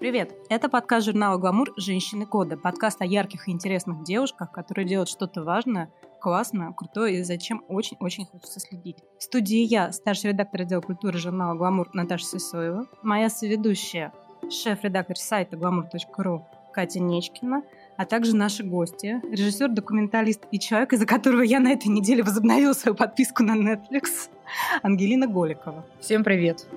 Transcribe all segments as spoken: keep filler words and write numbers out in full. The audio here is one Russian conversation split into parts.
Привет! Это подкаст журнала «Гламур. Женщины кода». Подкаст о ярких и интересных девушках, которые делают что-то важное, классное, крутое и за чем очень-очень хочется следить. В студии я, старший редактор отдела культуры журнала «Гламур» Наташа Сысоева, моя соведущая, шеф-редактор сайта гламур точка ру Катя Нечкина, а также наши гости, режиссер, документалист и человек, из-за которого я на этой неделе возобновила свою подписку на Netflix, Ангелина Голикова. Всем привет!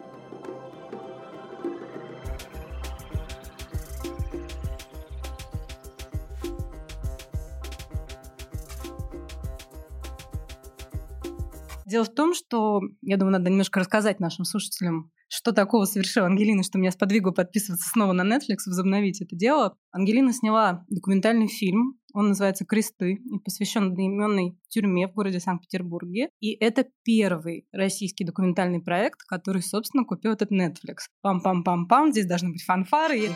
Дело в том, что, я думаю, надо немножко рассказать нашим слушателям, что такого совершила Ангелина, что меня сподвигло подписываться снова на Netflix, возобновить это дело. Ангелина сняла документальный фильм, он называется «Кресты» и посвящен одноименной тюрьме в городе Санкт-Петербурге. И это первый российский документальный проект, который, собственно, купил этот Netflix. Пам-пам-пам-пам, здесь должны быть фанфары.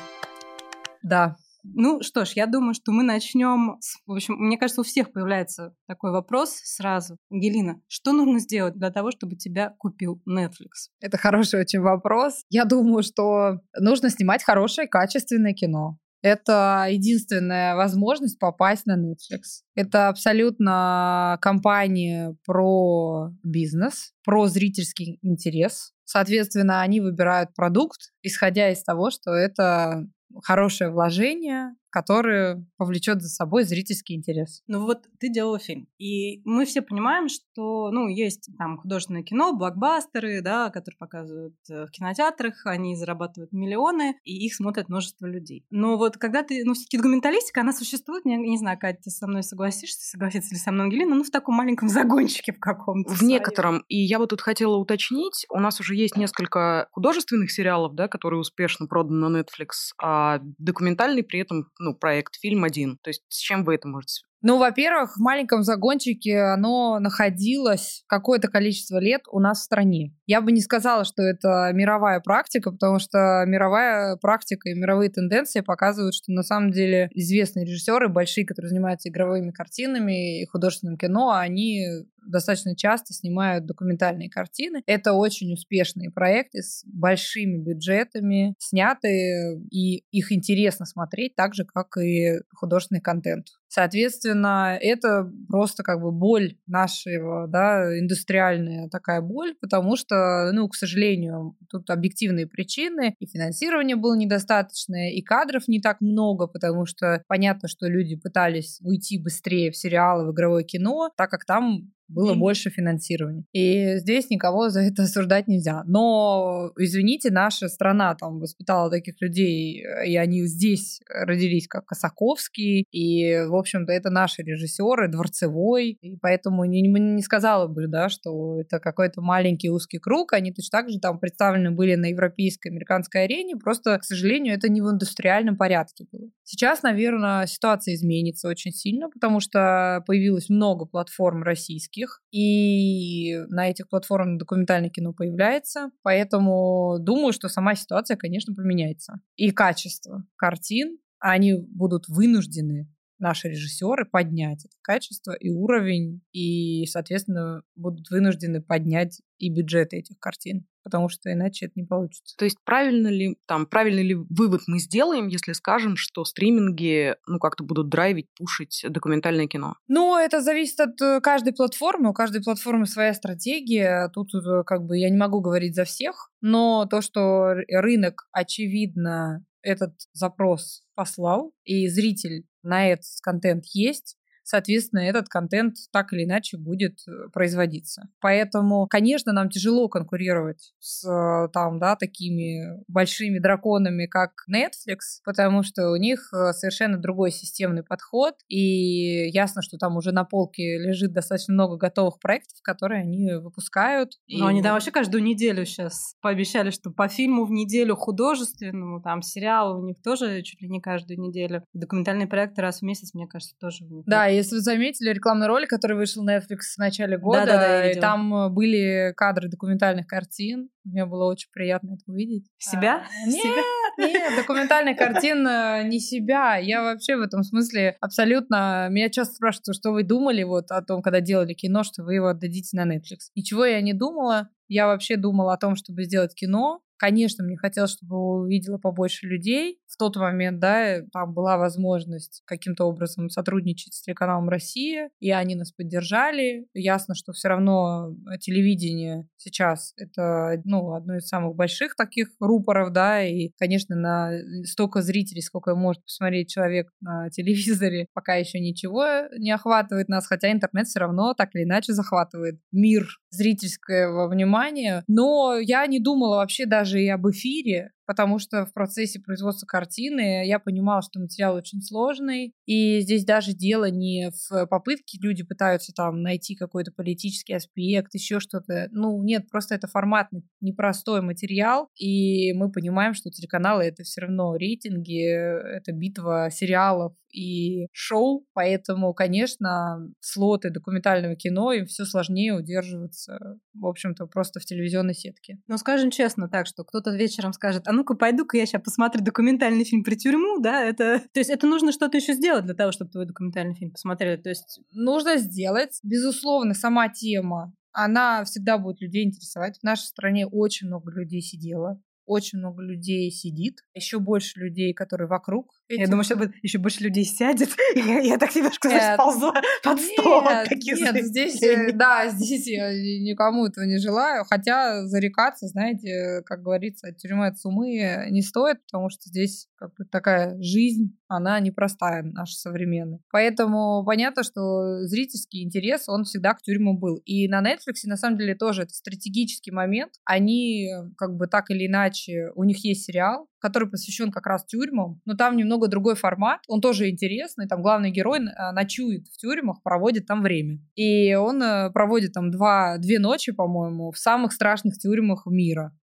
Да. Ну что ж, я думаю, что мы начнем. С... В общем, мне кажется, у всех появляется такой вопрос сразу. Ангелина, что нужно сделать для того, чтобы тебя купил Netflix? Это хороший очень вопрос. Я думаю, что нужно снимать хорошее, качественное кино. Это единственная возможность попасть на Netflix. Это абсолютно компания про бизнес, про зрительский интерес. Соответственно, они выбирают продукт, исходя из того, что это хорошее вложение, которое повлечет за собой зрительский интерес. Ну вот ты делала фильм, и мы все понимаем, что, ну, есть там художественное кино, блокбастеры, да, которые показывают в кинотеатрах, они зарабатывают миллионы, и их смотрят множество людей. Но вот когда ты, ну, все-таки документалистика, она существует, я не знаю, Катя, ты со мной согласишься, согласится ли со мной Ангелина, ну, в таком маленьком загончике в каком-то. В своем. Некотором. И я вот тут хотела уточнить, у нас уже есть несколько художественных сериалов, да, которые успешно проданы на Netflix, а документальный при этом, ну, проект, фильм один. То есть с чем вы это можете... Ну, во-первых, в маленьком загончике оно находилось какое-то количество лет у нас в стране. Я бы не сказала, что это мировая практика, потому что мировая практика и мировые тенденции показывают, что на самом деле известные режиссеры, большие, которые занимаются игровыми картинами и художественным кино, они достаточно часто снимают документальные картины. Это очень успешные проекты с большими бюджетами, снятые, и их интересно смотреть так же, как и художественный контент. Соответственно, это просто как бы боль нашего, да, индустриальная такая боль, потому что, ну, к сожалению, тут объективные причины, и финансирование было недостаточное, и кадров не так много, потому что понятно, что люди пытались уйти быстрее в сериалы, в игровое кино, так как там было больше финансирования. И здесь никого за это осуждать нельзя. Но, извините, наша страна там воспитала таких людей, и они здесь родились, как Косаковский, и, в общем-то, это наши режиссеры, Дворцевой, и поэтому не, не сказала бы, да, что это какой-то маленький узкий круг, они точно так же там представлены были на европейской, американской арене, просто, к сожалению, это не в индустриальном порядке было. Сейчас, наверное, ситуация изменится очень сильно, потому что появилось много платформ российских, и на этих платформах документальное кино появляется, поэтому думаю, что сама ситуация, конечно, поменяется. И качество картин, они будут вынуждены, наши режиссеры, поднять это качество и уровень, и, соответственно, будут вынуждены поднять и бюджеты этих картин, потому что иначе это не получится. То есть правильно ли, там, правильный ли вывод мы сделаем, если скажем, что стриминги, ну, как-то будут драйвить, пушить документальное кино? Ну, это зависит от каждой платформы, у каждой платформы своя стратегия, тут как бы я не могу говорить за всех, но то, что рынок, очевидно, этот запрос послал, и зритель на этот контент есть, соответственно, этот контент так или иначе будет производиться. Поэтому, конечно, нам тяжело конкурировать с там, да, такими большими драконами, как Netflix, потому что у них совершенно другой системный подход, и ясно, что там уже на полке лежит достаточно много готовых проектов, которые они выпускают. Ну, и... они там вообще каждую неделю сейчас пообещали, что по фильму в неделю художественному, там сериалы у них тоже чуть ли не каждую неделю. Документальные проекты раз в месяц, мне кажется, тоже. Да, если вы заметили рекламный ролик, который вышел на Netflix в начале года, да, да, да, и там были кадры документальных картин. Мне было очень приятно это увидеть. Себя? А, нет, себя? Нет, документальных картин не себя. Я вообще в этом смысле абсолютно... Меня часто спрашивают, что вы думали вот о том, когда делали кино, что вы его отдадите на Netflix. Ничего я не думала. Я вообще думала о том, чтобы сделать кино, Конечно, мне хотелось, чтобы увидела побольше людей. В тот момент, да, там была возможность каким-то образом сотрудничать с телеканалом «Россия», и они нас поддержали. Ясно, что все равно телевидение сейчас это, ну, одно из самых больших таких рупоров, да, и, конечно, на столько зрителей, сколько может посмотреть человек на телевизоре, пока еще ничего не охватывает нас, хотя интернет все равно так или иначе захватывает мир зрительского внимания. Но я не думала вообще даже и об эфире, потому что в процессе производства картины я понимала, что материал очень сложный, и здесь даже дело не в попытке, люди пытаются там найти какой-то политический аспект, еще что-то. Ну, нет, просто это форматный, непростой материал, и мы понимаем, что телеканалы — это все равно рейтинги, это битва сериалов и шоу, поэтому, конечно, слоты документального кино, им все сложнее удерживаться, в общем-то, просто в телевизионной сетке. Ну, скажем честно так, что кто-то вечером скажет: а ну-ка, пойду-ка я сейчас посмотрю документальный фильм про тюрьму, да, это... То есть это нужно что-то еще сделать для того, чтобы твой документальный фильм посмотрели, то есть... Нужно сделать. Безусловно, сама тема, она всегда будет людей интересовать. В нашей стране очень много людей сидело. Очень много людей сидит, еще больше людей, которые вокруг. Этих... Я думаю, что еще больше людей сядет. Я, я так немножко сползла под стол. Нет, нет, здесь, да, здесь я никому этого не желаю. Хотя зарекаться, знаете, как говорится, от тюрьмы от сумы не стоит, потому что здесь как бы такая жизнь, она непростая, наша современная. Поэтому понятно, что зрительский интерес, он всегда к тюрьмам был. И на Netflix, на самом деле, тоже это стратегический момент. Они как бы так или иначе, у них есть сериал, который посвящен как раз тюрьмам, но там немного другой формат, он тоже интересный, там главный герой ночует в тюрьмах, проводит там время. И он проводит там два, две ночи, по-моему, в самых страшных тюрьмах мира.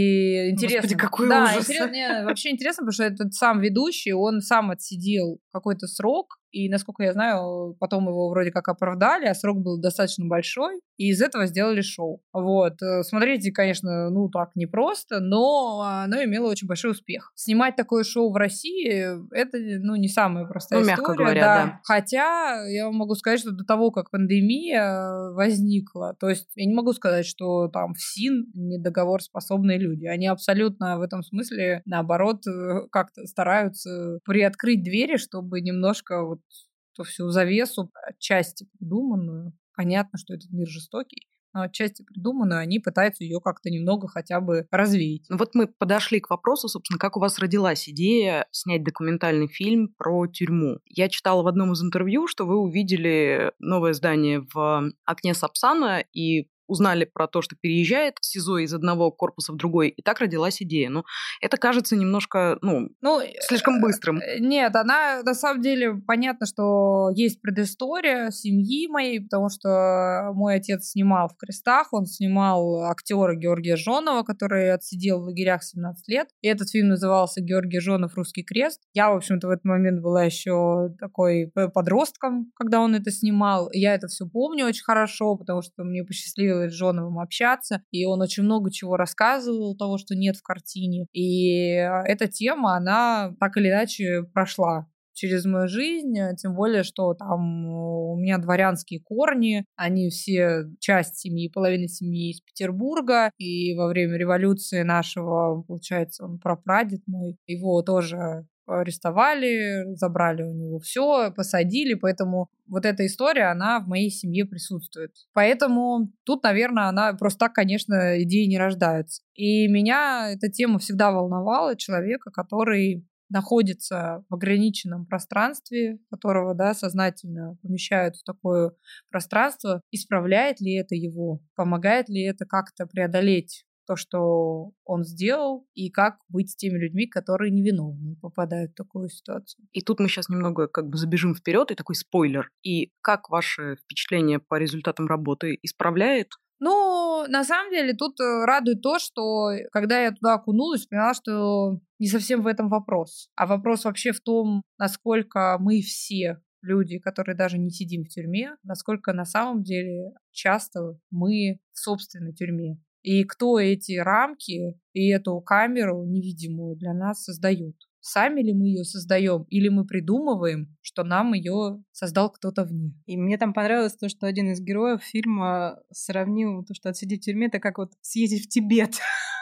И интересно. Господи, какой да, ужас. Интересно, не, вообще интересно, потому что этот сам ведущий, он сам отсидел какой-то срок, и, насколько я знаю, потом его вроде как оправдали, а срок был достаточно большой, и из этого сделали шоу. Вот. Смотрите, конечно, ну так непросто, но оно имело очень большой успех. Снимать такое шоу в России, это, ну, не самая простая ну, история. мягко говоря, да. да. Хотя я вам могу сказать, что до того, как пандемия возникла, то есть я не могу сказать, что там в СИН недоговорспособные люди. Они абсолютно в этом смысле, наоборот, как-то стараются приоткрыть двери, чтобы немножко вот эту всю завесу отчасти придуманную. Понятно, что этот мир жестокий, но отчасти придуманную, они пытаются ее как-то немного хотя бы развеять. Ну вот мы подошли к вопросу, собственно, как у вас родилась идея снять документальный фильм про тюрьму. Я читала в одном из интервью, что вы увидели новое здание в окне Сапсана и узнали про то, что переезжает в СИЗО из одного корпуса в другой, и так родилась идея. Но это кажется немножко, ну, ну слишком быстрым. Нет, она, на самом деле, понятно, что есть предыстория семьи моей, потому что мой отец снимал в «Крестах», он снимал актера Георгия Жонова, который отсидел в лагерях семнадцать лет, и этот фильм назывался «Георгий Жонов. Русский крест». Я, в общем-то, в этот момент была еще такой подростком, когда он это снимал. Я это все помню очень хорошо, потому что мне посчастливилось с Жоновым общаться, и он очень много чего рассказывал, того, что нет в картине. И эта тема, она так или иначе прошла через мою жизнь, тем более, что там у меня дворянские корни, они все часть семьи, половина семьи из Петербурга, и во время революции нашего, получается, он прапрадед мой, его тоже арестовали, забрали у него все, посадили, поэтому вот эта история, она в моей семье присутствует. Поэтому тут, наверное, она просто так, конечно, идеи не рождаются. И меня эта тема всегда волновала, человека, который находится в ограниченном пространстве, которого, да, сознательно помещают в такое пространство, исправляет ли это его, помогает ли это как-то преодолеть то, что он сделал, и как быть с теми людьми, которые невиновны, попадают в такую ситуацию. И тут мы сейчас немного как бы забежим вперед, и такой спойлер. И как ваше впечатление по результатам работы исправляет? Ну, на самом деле, тут радует то, что когда я туда окунулась, поняла, что не совсем в этом вопрос. А вопрос вообще в том, насколько мы все люди, которые даже не сидим в тюрьме, насколько на самом деле часто мы в собственной тюрьме. И кто эти рамки и эту камеру невидимую для нас создает? Сами ли мы ее создаем, или мы придумываем, что нам ее создал кто-то вне? И мне там понравилось то, что один из героев фильма сравнил то, что отсидеть в тюрьме, это как вот съездить в Тибет.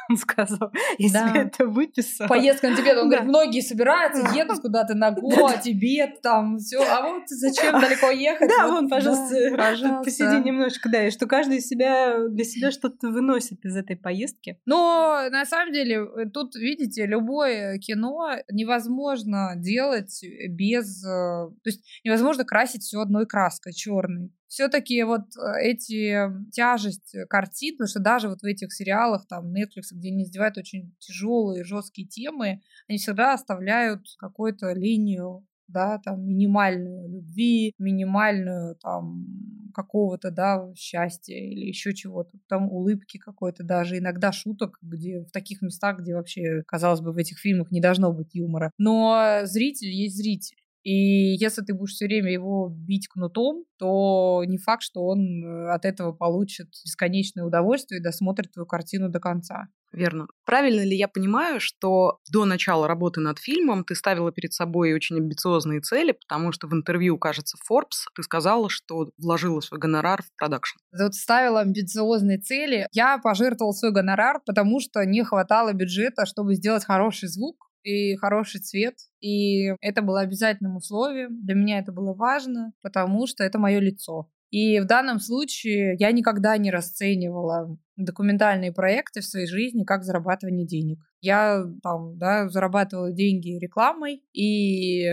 он сказал. Я Да. себе это выписала. Поездка на Тибет. Он Да. говорит, многие собираются, едут куда-то на Гоа, Тибет, там все. А вот зачем далеко ехать? Да, Вот, вон, пожалуйста, да, тут пожалуйста. посиди немножечко, да, и что каждый из себя, для себя что-то выносит из этой поездки. Но на самом деле тут, видите, любое кино невозможно делать без... э, То есть невозможно красить все одной краской черной. Все-таки вот э, эти тяжесть картин, потому что даже вот в этих сериалах, там, Netflix, где они издевают очень тяжелые, жесткие темы, они всегда оставляют какую-то линию, да, там, минимальную любви, минимальную, там, какого-то, да, счастья или еще чего-то, там, улыбки какой-то даже, иногда шуток, где в таких местах, где вообще, казалось бы, в этих фильмах не должно быть юмора. Но зритель есть зритель. И если ты будешь все время его бить кнутом, то не факт, что он от этого получит бесконечное удовольствие и досмотрит твою картину до конца. Верно. Правильно ли я понимаю, что до начала работы над фильмом ты ставила перед собой очень амбициозные цели, потому что в интервью, кажется, Forbes ты сказала, что вложила свой гонорар в продакшн? Вот ставила амбициозные цели. Я пожертвовала свой гонорар, потому что не хватало бюджета, чтобы сделать хороший звук и хороший цвет. И это было обязательным условием. Для меня это было важно, потому что это мое лицо. И в данном случае я никогда не расценивала документальные проекты в своей жизни как зарабатывание денег. Я там, да, зарабатывала деньги рекламой и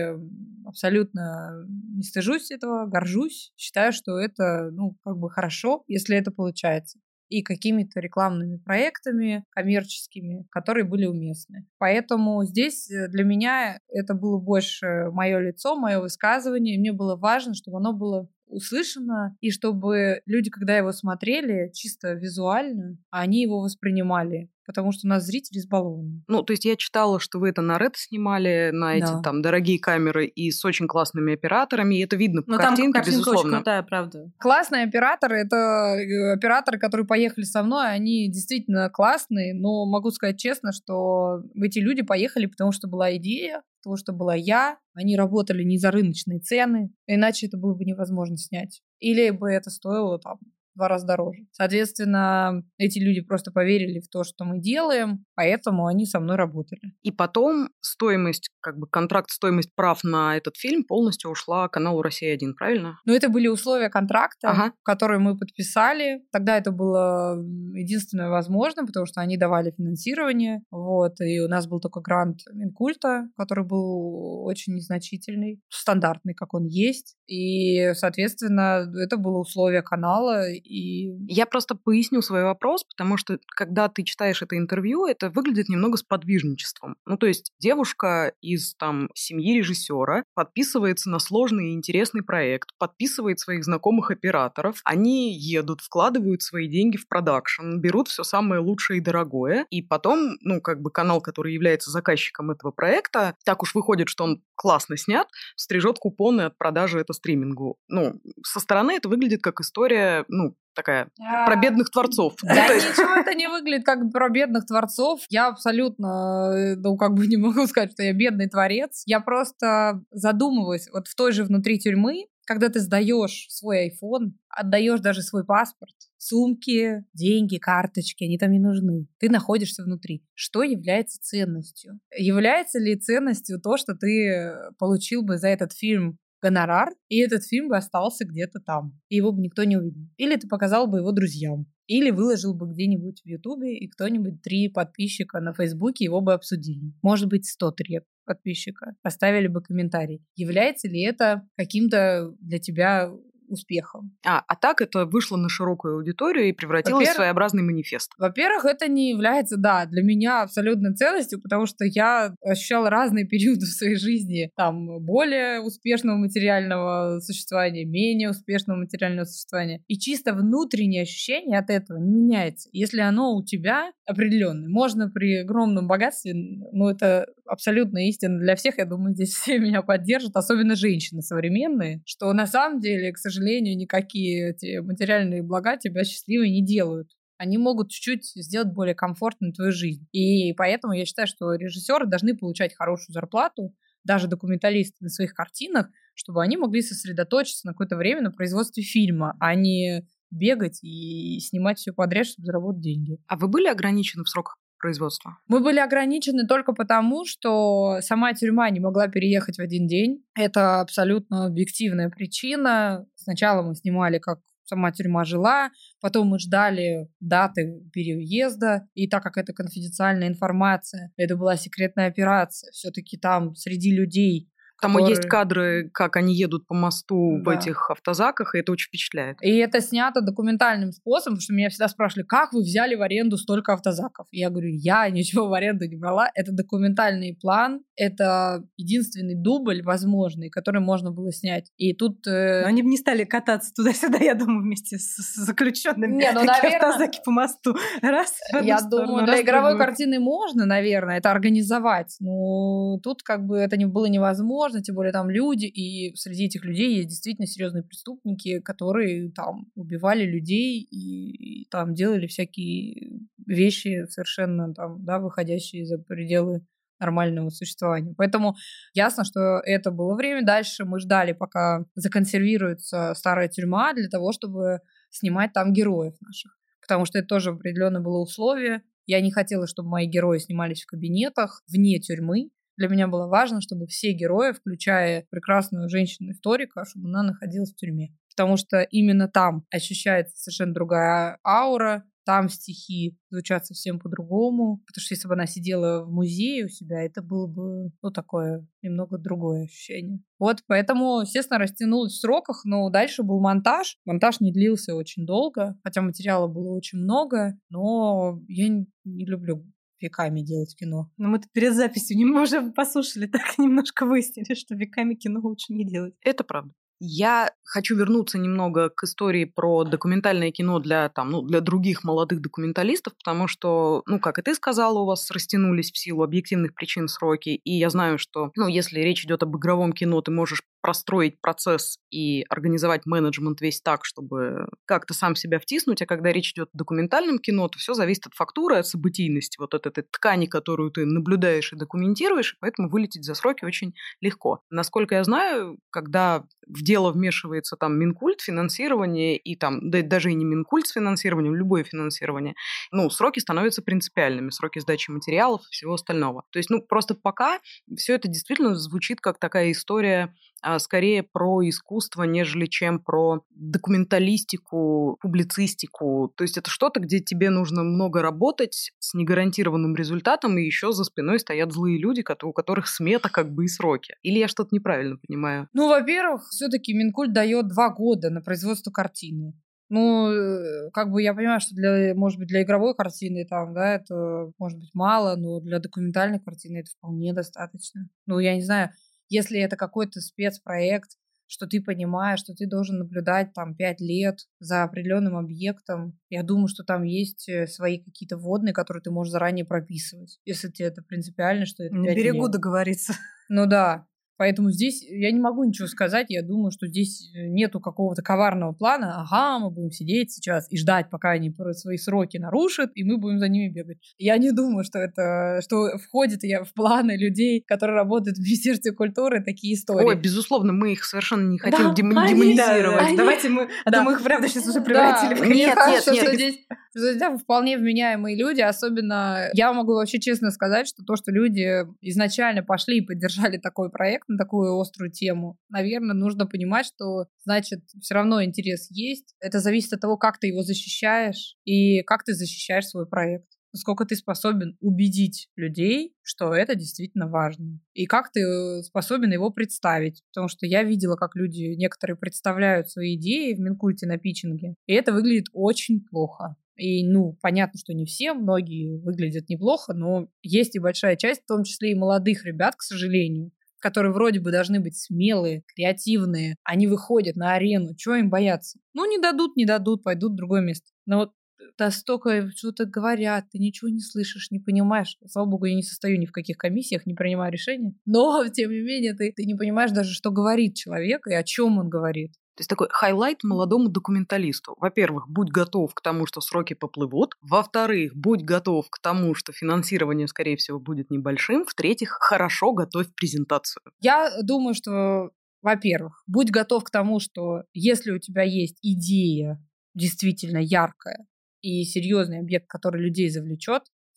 абсолютно не стыжусь этого, горжусь. Считаю, что это, ну, как бы хорошо, если это получается. И какими-то рекламными проектами коммерческими, которые были уместны. Поэтому здесь для меня это было больше мое лицо, мое высказывание. И мне было важно, чтобы оно было услышано, и чтобы люди, когда его смотрели, чисто визуально, они его воспринимали. Потому что у нас зрители избалованы. Ну, то есть я читала, что вы это на Red снимали, на эти Да. там дорогие камеры и с очень классными операторами, и это видно по Ну, там картинке, картинка очень безусловно. крутая, правда. Классные операторы, это э, операторы, которые поехали со мной, они действительно классные, но могу сказать честно, что эти люди поехали, потому что была идея, потому что была я, они работали не за рыночные цены, иначе это было бы невозможно снять. Или бы это стоило там в два раза дороже. Соответственно, эти люди просто поверили в то, что мы делаем, поэтому они со мной работали. И потом стоимость, как бы контракт, стоимость прав на этот фильм полностью ушла каналу «Россия один», правильно? Но это были условия контракта, Ага. которые мы подписали. Тогда это было единственное возможно, потому что они давали финансирование. Вот, и у нас был только грант Минкульта, который был очень незначительный, стандартный, как он есть. И, соответственно, это было условие канала. И Я просто поясню свой вопрос, потому что, когда ты читаешь это интервью, это выглядит немного с подвижничеством. Ну, то есть девушка из там семьи режиссера подписывается на сложный и интересный проект, подписывает своих знакомых операторов, они едут, вкладывают свои деньги в продакшн, берут все самое лучшее и дорогое, и потом, ну, как бы канал, который является заказчиком этого проекта, так уж выходит, что он классно снят, стрижет купоны от продажи это стримингу. Ну, со стороны это выглядит как история, ну, такая, про бедных творцов. Да, Ну, то есть- ничего это не выглядит как про бедных творцов. Я абсолютно, э, ну, как бы не могу сказать, что я бедный творец. Я просто задумываюсь, вот в той же внутри тюрьмы, когда ты сдаешь свой iPhone, отдаешь даже свой паспорт, сумки, деньги, карточки, они там не нужны. Ты находишься внутри. Что является ценностью? Является ли ценностью то, что ты получил бы за этот фильм гонорар, и этот фильм бы остался где-то там, и его бы никто не увидел? Или ты показал бы его друзьям, или выложил бы где-нибудь в Ютубе, и кто-нибудь, три подписчика на Фейсбуке его бы обсудили. Может быть, сто три подписчика. Поставили бы комментарий. Является ли это каким-то для тебя успехом? А, а так это вышло на широкую аудиторию и превратилось в Во-первых- своеобразный манифест. Во-первых, это не является, да, для меня абсолютной ценностью, потому что я ощущала разные периоды в своей жизни. Там более успешного материального существования, менее успешного материального существования. И чисто внутреннее ощущение от этого не меняется. Если оно у тебя определенное, можно при огромном богатстве, ну, это абсолютно истина для всех, я думаю, здесь все меня поддержат, особенно женщины современные, что на самом деле, к сожалению, никакие эти материальные блага тебя счастливой не делают. Они могут чуть-чуть сделать более комфортной твою жизнь. И поэтому я считаю, что режиссеры должны получать хорошую зарплату, даже документалисты на своих картинах, чтобы они могли сосредоточиться на какое-то время на производстве фильма, а не бегать и снимать все подряд, чтобы заработать деньги. А вы были ограничены в сроках производства? Мы были ограничены только потому, что сама тюрьма не могла переехать в один день. Это абсолютно объективная причина. Сначала мы снимали, как сама тюрьма жила, потом мы ждали даты переезда, и так как это конфиденциальная информация, это была секретная операция, все-таки там среди людей, Там которые... есть кадры, как они едут по мосту Да. в этих автозаках, и это очень впечатляет. И это снято документальным способом, потому что меня всегда спрашивали, как вы взяли в аренду столько автозаков? И я говорю, я ничего в аренду не брала. Это документальный план, это единственный дубль возможный, который можно было снять. И тут... Э... Но они бы не стали кататься туда-сюда, я думаю, вместе с, с заключенными. Не, ну, такие наверное... автозаки по мосту. Раз, в одну Я сторону, думаю, раз для в игровой другую. картины можно, наверное, это организовать. Но тут как бы это не было невозможно, тем более там люди, и среди этих людей есть действительно серьезные преступники, которые там убивали людей и, и там делали всякие вещи совершенно там, да, выходящие за пределы нормального существования. Поэтому ясно, что это было время. Дальше мы ждали, пока законсервируется старая тюрьма для того, чтобы снимать там героев наших. Потому что это тоже определенно было условие. Я не хотела, чтобы мои герои снимались в кабинетах вне тюрьмы. Для меня было важно, чтобы все герои, включая прекрасную женщину-историка, чтобы она находилась в тюрьме. Потому что именно там ощущается совершенно другая аура, там стихи звучат совсем по-другому. Потому что если бы она сидела в музее у себя, это было бы, ну, такое немного другое ощущение. Вот, поэтому, естественно, растянулось в сроках, но дальше был монтаж. Монтаж не длился очень долго, хотя материала было очень много, но я не, не люблю веками делать кино. Но мы-то перед записью не, мы уже послушали, так немножко выяснили, что веками кино лучше не делать. Это правда. Я хочу вернуться немного к истории про документальное кино для, там, ну, для других молодых документалистов, потому что, ну, как и ты сказала, у вас растянулись в силу объективных причин сроки, и я знаю, что, ну, если речь идет об игровом кино, ты можешь простроить процесс и организовать менеджмент весь так, чтобы как-то сам себя втиснуть, а когда речь идет о документальном кино, то все зависит от фактуры, от событийности, вот от этой ткани, которую ты наблюдаешь и документируешь, и поэтому вылететь за сроки очень легко. Насколько я знаю, когда в дело вмешивается там Минкульт, финансирование и там, да даже и не Минкульт с финансированием, любое финансирование, ну, сроки становятся принципиальными, сроки сдачи материалов и всего остального. То есть, ну, просто пока все это действительно звучит как такая история а, скорее про искусство, нежели чем про документалистику, публицистику. То есть это что-то, где тебе нужно много работать с негарантированным результатом, и еще за спиной стоят злые люди, у которых смета как бы и сроки. Или я что-то неправильно понимаю? Ну, во-первых, все-таки Минкульт дает два года на производство картины. Ну, как бы я понимаю, что для, может быть, для игровой картины там, да, это может быть мало, но для документальной картины это вполне достаточно. Ну, я не знаю, если это какой-то спецпроект, что ты понимаешь, что ты должен наблюдать там пять лет за определенным объектом, я думаю, что там есть свои какие-то вводные, которые ты можешь заранее прописывать, если тебе это принципиально, что это На пять берегу лет. Договориться. Ну да. Поэтому здесь я не могу ничего сказать. Я думаю, что здесь нету какого-то коварного плана. Ага, мы будем сидеть сейчас и ждать, пока они свои сроки нарушат, и мы будем за ними бегать. Я не думаю, что это что входит я в планы людей, которые работают в Министерстве культуры, такие истории. Ой, безусловно, мы их совершенно не хотим Да, дем- они- демонизировать. они- Давайте мы... А Да. то мы их, правда, сейчас уже превратили в Да, мне Нет, кажется, нет, что нет. здесь что здесь вполне вменяемые люди, особенно я могу вообще честно сказать, что то, что люди изначально пошли и поддержали такой проект на такую острую тему, наверное, нужно понимать, что, значит, все равно интерес есть. Это зависит от того, как ты его защищаешь и как ты защищаешь свой проект. Насколько ты способен убедить людей, что это действительно важно. И как ты способен его представить. Потому что я видела, как люди некоторые представляют свои идеи в Минкульте на питчинге, и это выглядит очень плохо. И, ну, понятно, что не все, многие выглядят неплохо, но есть и большая часть, в том числе и молодых ребят, к сожалению, которые вроде бы должны быть смелые, креативные. Они выходят на арену. Чего им бояться? Ну, не дадут, не дадут, пойдут в другое место. Но вот да столько что-то говорят, ты ничего не слышишь, не понимаешь. Слава богу, я не состою ни в каких комиссиях, не принимаю решения. Но, тем не менее, ты, ты не понимаешь даже, что говорит человек и о чем он говорит. То есть такой хайлайт молодому документалисту. Во-первых, будь готов к тому, что сроки поплывут. Во-вторых, будь готов к тому, что финансирование, скорее всего, будет небольшим. В-третьих, хорошо готовь презентацию. Я думаю, что, во-первых, будь готов к тому, что если у тебя есть идея действительно яркая и серьезный объект, который людей завлечет,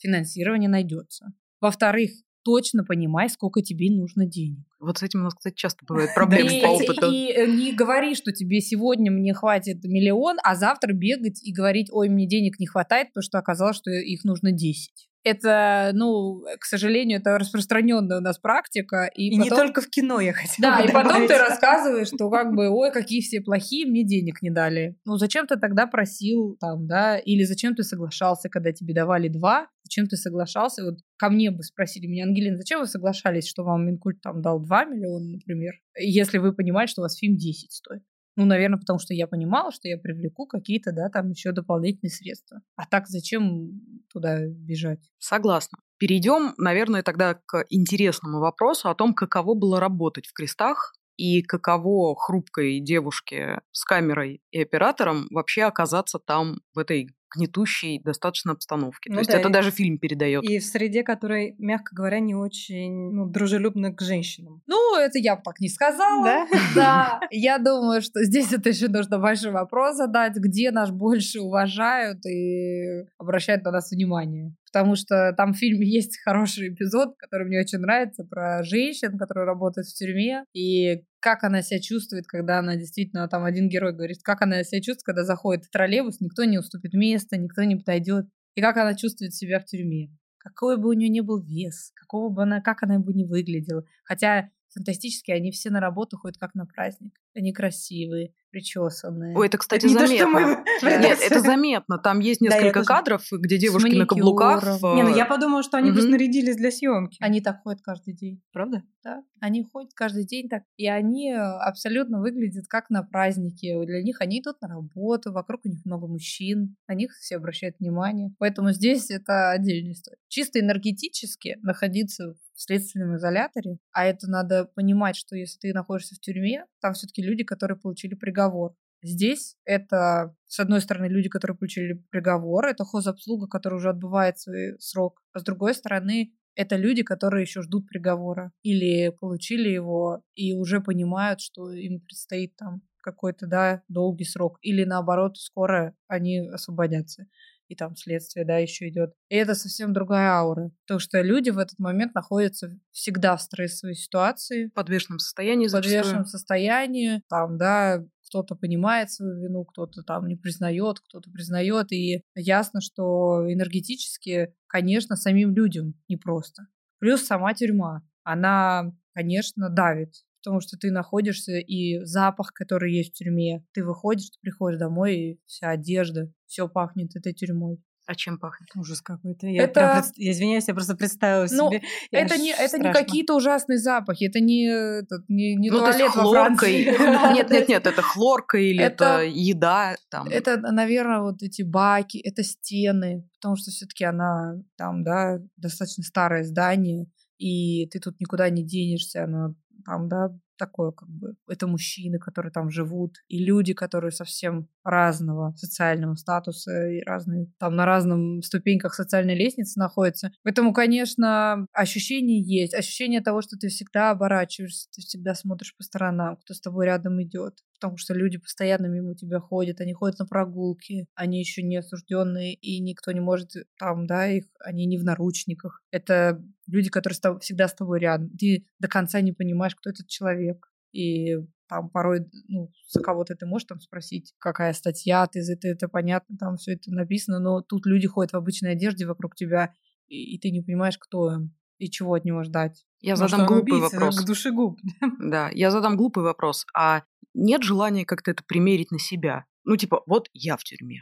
финансирование найдется. Во-вторых, точно понимай, сколько тебе нужно денег. Вот с этим у нас, кстати, часто бывают проблемы по опыту. И не говори, что тебе сегодня мне хватит миллион, а завтра бегать и говорить, ой, мне денег не хватает, потому что оказалось, что их нужно десять. Это, ну, к сожалению, это распространенная у нас практика. И, и потом... не только в кино, я хотела Да, бы и потом добавить. ты рассказываешь, что как бы, ой, какие все плохие, мне денег не дали. Ну, зачем ты тогда просил там, да, или зачем ты соглашался, когда тебе давали два, зачем ты соглашался? Вот ко мне бы спросили меня, Ангелина, зачем вы соглашались, что вам Минкульт там дал два миллиона, например, если вы понимаете, что у вас фильм десять стоит? Ну, наверное, потому что я понимала, что я привлеку какие-то, да, там еще дополнительные средства. А так зачем туда бежать? Согласна. Перейдем, наверное, тогда к интересному вопросу о том, каково было работать в «Крестах» и каково хрупкой девушке с камерой и оператором вообще оказаться там в этой гнетущей достаточно обстановке. Ну То есть да, это и- даже фильм передает. И в среде, которая, мягко говоря, не очень ну, дружелюбна к женщинам. Ну, это я бы так не сказала. Да? Да, я думаю, что здесь это еще нужно большой вопрос задать, где нас больше уважают и обращают на нас внимание. Потому что там в фильме есть хороший эпизод, который мне очень нравится, про женщин, которые работают в тюрьме, и как она себя чувствует, когда она действительно, там один герой говорит, как она себя чувствует, когда заходит в троллейбус, никто не уступит место, никто не подойдет, и как она чувствует себя в тюрьме. Какой бы у нее ни был вес, какого бы она, как она бы ни выглядела. Хотя фантастически они все на работу ходят как на праздник. Они красивые, причесанные. Ой, это, кстати, Это не то, заметно. что мы в Нет, редакции. это заметно. Там есть Да, я несколько тоже. кадров, где С девушки на каблуках. маникюром. в- Не, ну я подумала, что они Мгм. просто нарядились для съемки. Они так ходят каждый день. Правда? Да, они ходят каждый день так, и они э, абсолютно выглядят как на празднике. Для них они идут на работу, вокруг у них много мужчин, на них все обращают внимание. Поэтому здесь это отдельная история. Чисто энергетически находиться в следственном изоляторе, а это надо понимать, что если ты находишься в тюрьме, там все-таки люди, которые получили приговор. Здесь это, с одной стороны, люди, которые получили приговор, это хозобслуга, которая уже отбывает свой срок, а с другой стороны, это люди, которые еще ждут приговора или получили его и уже понимают, что им предстоит там какой-то, да, долгий срок. Или наоборот, скоро они освободятся. И там следствие, да, еще идет. И это совсем другая аура. Потому что люди в этот момент находятся всегда в стрессовой ситуации, В подвешенном состоянии в зачастую. подвешенном состоянии. Там, да, кто-то понимает свою вину, кто-то там не признает, кто-то признает. И ясно, что энергетически, конечно, самим людям непросто. Плюс сама тюрьма. Она, конечно, давит. Потому что ты находишься, и запах, который есть в тюрьме, ты выходишь, ты приходишь домой, и вся одежда, все пахнет этой тюрьмой. А чем пахнет? Ужас какой-то. Я, Это- прям пред- я извиняюсь, я просто представила Ну, себе. Я Это аж не, это не страшно. какие-то ужасные запахи, это не, этот, не, не Ну, то есть туалет во хлоркой. Франции. Нет, нет, нет, это хлорка или Это- это еда. Там. Это, наверное, вот эти баки, это стены, потому что все-таки она там, да, достаточно старое здание, и ты тут никуда не денешься, она там, да, такое как бы, это мужчины, которые там живут, и люди, которые совсем разного социального статуса и разные, там на разном ступеньках социальной лестницы находятся. Поэтому, конечно, ощущение есть, ощущение того, что ты всегда оборачиваешься, ты всегда смотришь по сторонам, кто с тобой рядом идет, потому что люди постоянно мимо тебя ходят, они ходят на прогулки, они еще не осужденные, и никто не может там, да, их, они не в наручниках. Это люди, которые с тобой- всегда с тобой рядом. Ты до конца не понимаешь, кто этот человек. И там порой, ну, за кого-то ты можешь там спросить, какая статья, ты, это, это понятно, там все это написано, но тут люди ходят в обычной одежде вокруг тебя, и, и ты не понимаешь, кто он и чего от него ждать. Я Может, задам он глупый убийца, вопрос. К душегуб. Да, я задам глупый вопрос. А нет желания как-то это примерить на себя? Ну, типа, вот я в тюрьме.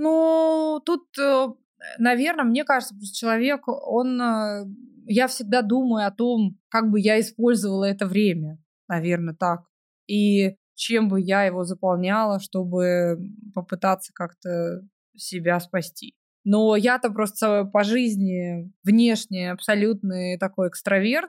Ну, тут, наверное, мне кажется, просто человек, он... э, Я всегда думаю о том, как бы я использовала это время, наверное, так. И чем бы я его заполняла, чтобы попытаться как-то себя спасти. Но я-то просто по жизни внешне абсолютный такой экстраверт,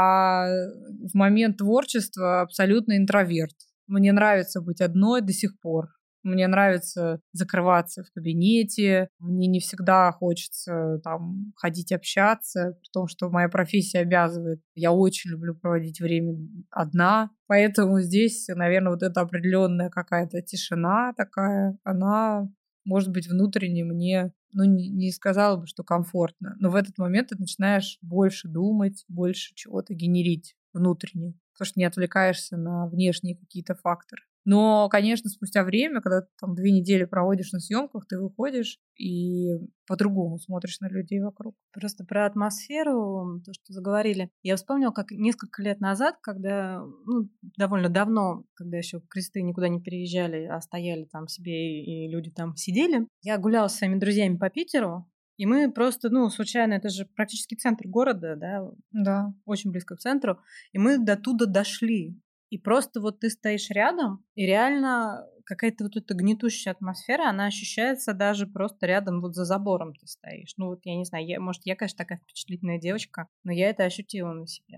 а в момент творчества абсолютно интроверт. Мне нравится быть одной до сих пор. Мне нравится закрываться в кабинете. Мне не всегда хочется там ходить общаться, при том, что моя профессия обязывает. Я очень люблю проводить время одна. Поэтому здесь, наверное, вот эта определенная какая-то тишина такая, она, может быть, внутренне мне ну, не, не сказала бы, что комфортно. Но в этот момент ты начинаешь больше думать, больше чего-то генерить внутренне, потому что не отвлекаешься на внешние какие-то факторы. Но, конечно, спустя время, когда ты там две недели проводишь на съемках, ты выходишь и по-другому смотришь на людей вокруг. Просто про атмосферу, то, что заговорили. Я вспомнила, как несколько лет назад, когда, ну, довольно давно, когда еще кресты никуда не переезжали, а стояли там себе, и люди там сидели, я гуляла со своими друзьями по Питеру, и мы просто, ну, случайно, это же практически центр города, да, Да. очень близко к центру, и мы до туда дошли. И просто вот ты стоишь рядом, и реально какая-то вот эта гнетущая атмосфера, она ощущается даже просто рядом, вот за забором ты стоишь. Ну вот я не знаю, я, может, я, конечно, такая впечатлительная девочка, но я это ощутила на себе.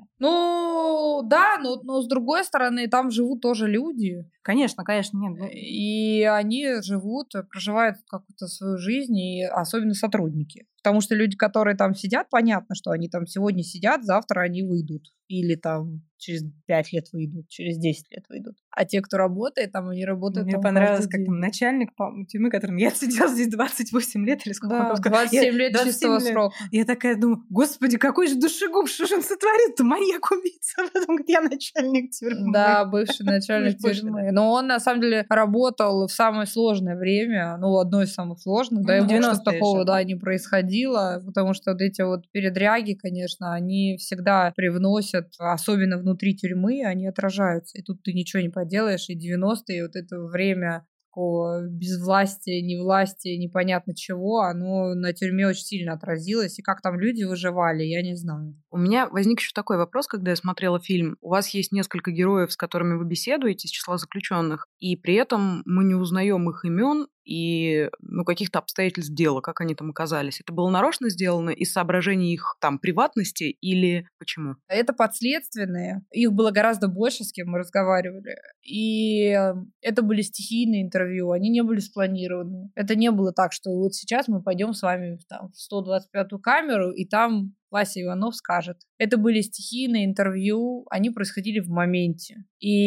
Ну, да, но, но с другой стороны, там живут тоже люди. Конечно, конечно, нет. Ну... И они живут, проживают какую-то свою жизнь, и особенно сотрудники. Потому что люди, которые там сидят, понятно, что они там сегодня сидят, завтра они выйдут. Или там через пять лет выйдут, через десять лет выйдут. А те, кто работает, там они работают. Мне там понравилось, как там начальник тюрьмы, которым я сидела здесь двадцать восемь лет или сколько да, он двадцать семь лет чистого срока. Я такая думаю, господи, какой же душегуб, что же он сотворил-то, маньяк-убийца. Потом говорит, я начальник тюрьмы. Да, бывший начальник тюрьмы. Но он, на самом деле, работал в самое сложное время, ну, одно из самых сложных. Дай бог, чтобы такого, да, не происходило, потому что вот эти вот передряги, конечно, они всегда привносят, особенно внутри тюрьмы, они отражаются. И тут ты ничего не поделаешь. И девяностые, вот это время такого безвластия, невластия, непонятно чего, оно на тюрьме очень сильно отразилось. И как там люди выживали, я не знаю. У меня возник еще такой вопрос, когда я смотрела фильм. У вас есть несколько героев, с которыми вы беседуете, из числа заключенных, и при этом мы не узнаем их имен и ну, каких-то обстоятельств дела, как они там оказались. Это было нарочно сделано из соображений их там приватности или почему? Это подследственные. Их было гораздо больше, с кем мы разговаривали. И это были стихийные интервью, они не были спланированы. Это не было так, что вот сейчас мы пойдем с вами там, в сто двадцать пятую камеру, и там Вася Иванов скажет. Это были стихийные интервью, они происходили в моменте.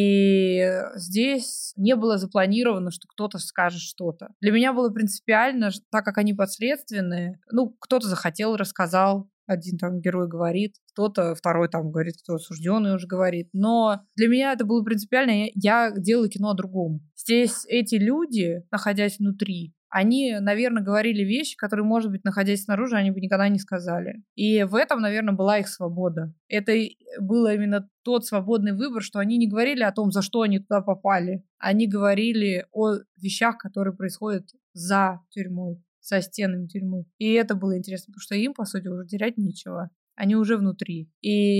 И здесь не было запланировано, что кто-то скажет что-то. Для меня было принципиально, так как они подследственные, ну, кто-то захотел, рассказал, один там герой говорит, кто-то, второй там говорит, кто осужденный уже говорит. Но для меня это было принципиально, я, я делаю кино о другом. Здесь эти люди, находясь внутри, они, наверное, говорили вещи, которые, может быть, находясь снаружи, они бы никогда не сказали. И в этом, наверное, была их свобода. Это был именно тот свободный выбор, что они не говорили о том, за что они туда попали. Они говорили о вещах, которые происходят за тюрьмой, со стенами тюрьмы. И это было интересно, потому что им, по сути, уже терять нечего. Они уже внутри.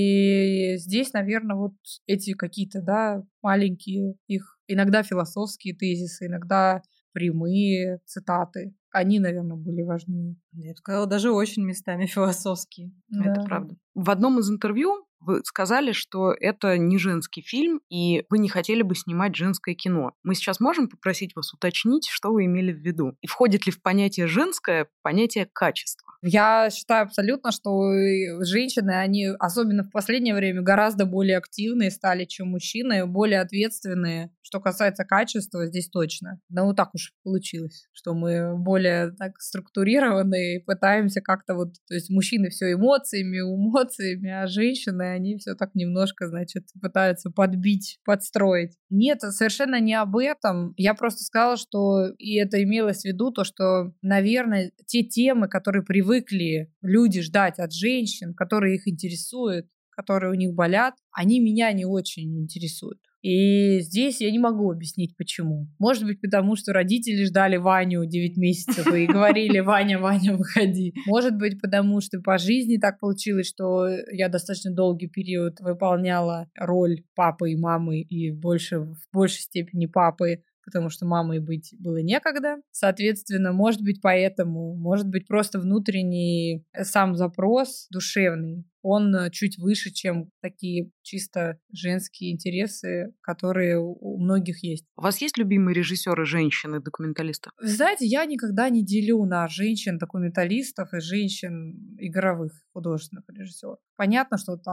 И здесь, наверное, вот эти какие-то, да, маленькие их, иногда философские тезисы, иногда прямые цитаты. Они, наверное, были важнее. Я бы сказала, даже очень местами философские. Да. Это правда. В одном из интервью вы сказали, что это не женский фильм, и вы не хотели бы снимать женское кино. Мы сейчас можем попросить вас уточнить, что вы имели в виду? И входит ли в понятие «женское» понятие «качество»? Я считаю абсолютно, что женщины, они, особенно в последнее время, гораздо более активные стали, чем мужчины, более ответственные. Что касается качества, здесь точно. Ну, вот так уж получилось, что мы более так структурированы и пытаемся как-то вот... То есть мужчины все эмоциями, эмоциями, а женщины, они все так немножко, значит, пытаются подбить, подстроить. Нет, совершенно не об этом. Я просто сказала, что, и это имелось в виду, то, что, наверное, те темы, которые привыкли люди ждать от женщин, которые их интересуют, которые у них болят, они меня не очень интересуют. И здесь я не могу объяснить, почему. Может быть, потому что родители ждали Ваню девять месяцев и говорили: «Ваня, Ваня, выходи». Может быть, потому что по жизни так получилось, что я достаточно долгий период выполняла роль папы и мамы, и больше, в большей степени папы, потому что мамой быть было некогда. Соответственно, может быть, поэтому, может быть, просто внутренний сам запрос душевный, он чуть выше, чем такие чисто женские интересы, которые у многих есть. У вас есть любимые режиссеры женщины, документалисты? Вы знаете, я никогда не делю на женщин-документалистов и женщин игровых художественных режиссеров. Понятно, что там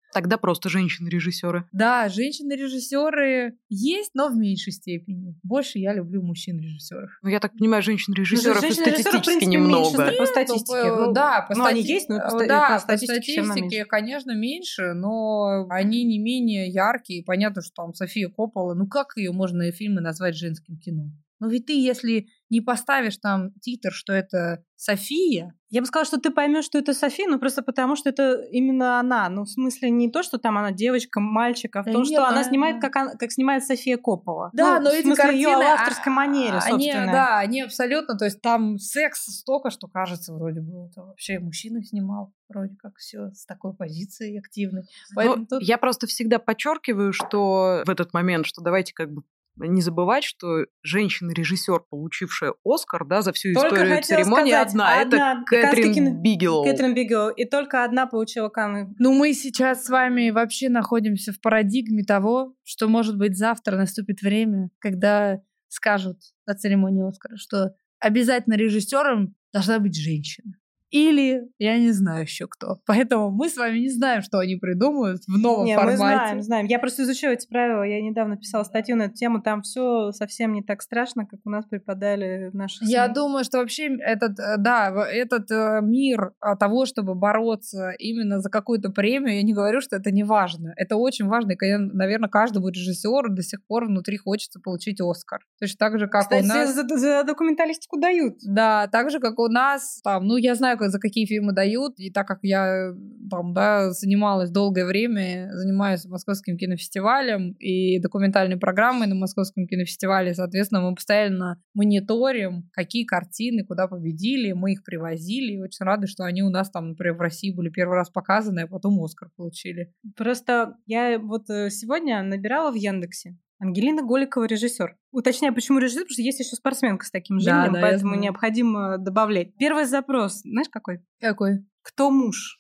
Тогда просто женщины-режиссеры. Да, женщины-режиссеры есть, но в меньшей степени. Больше я люблю мужчин-режиссеров. Ну, я так понимаю, женщин-режиссеров и статистически принципе, немного. Меньше, по статистике. Ну, Ну, да, по ну, стати... они есть, но по, да, по статистике, по статистике конечно, меньше, но они не менее яркие. Понятно, что там София Коппола, ну как ее можно фильмы назвать женским кино? Но ведь ты, если не поставишь там титр, что это София... Я бы сказала, что ты поймешь, что это София, ну просто потому, что это именно она. Ну, в смысле, не то, что там она девочка, мальчик, а в Да том, нет, что она она- снимает, как, она- как снимает София Коппола. Да, ну, но в эти смысле, картины... ее авторской а- манере, они, собственно. да, они абсолютно... То есть там секса столько, что кажется вроде бы это вообще мужчина снимал. Вроде как все с такой позиции активной. Поэтому Ну, тут... Я просто всегда подчеркиваю, что в этот момент, что давайте как бы не забывать, что женщина-режиссер, получившая Оскар, да, за всю Только историю хотела церемонии, сказать, одна. одна Это Кэтрин каннские- Бигелоу. Кэтрин Бигелоу. И только одна получила Канны. Ну, мы сейчас с вами вообще находимся в парадигме того, что, может быть, завтра наступит время, когда скажут на церемонии Оскара, что обязательно режиссером должна быть женщина. Или я не знаю еще кто. Поэтому мы с вами не знаем, что они придумают в новом Не, формате. мы знаем, знаем. Я просто изучила эти правила. Я недавно писала статью на эту тему. Там все совсем не так страшно, как у нас преподали в наших Я СМИ. думаю, что вообще этот, э, да, в- этот э, мир а, того, чтобы бороться именно за какую-то премию, я не говорю, что это не важно. Это очень важно. И, конечно, наверное, каждому режиссеру до сих пор внутри хочется получить Оскар. Точно так же, как Кстати, у нас... за, за документалистику дают. Да, так же, как у нас, там, ну, я знаю, как- за какие фильмы дают, и так как я там, да, занималась долгое время, занимаюсь Московским кинофестивалем и документальной программой на Московском кинофестивале, соответственно, мы постоянно мониторим, какие картины, куда победили, мы их привозили, и очень рады, что они у нас там, например, в России были первый раз показаны, а потом Оскар получили. Просто я вот э, сегодня набирала в Яндексе Ангелина Голикова, режиссер. Уточняю, почему режиссер, потому что есть еще спортсменка с таким же Да, именем, да, я поэтому знаю. необходимо добавлять. Первый запрос, знаешь, какой? Какой? Кто муж?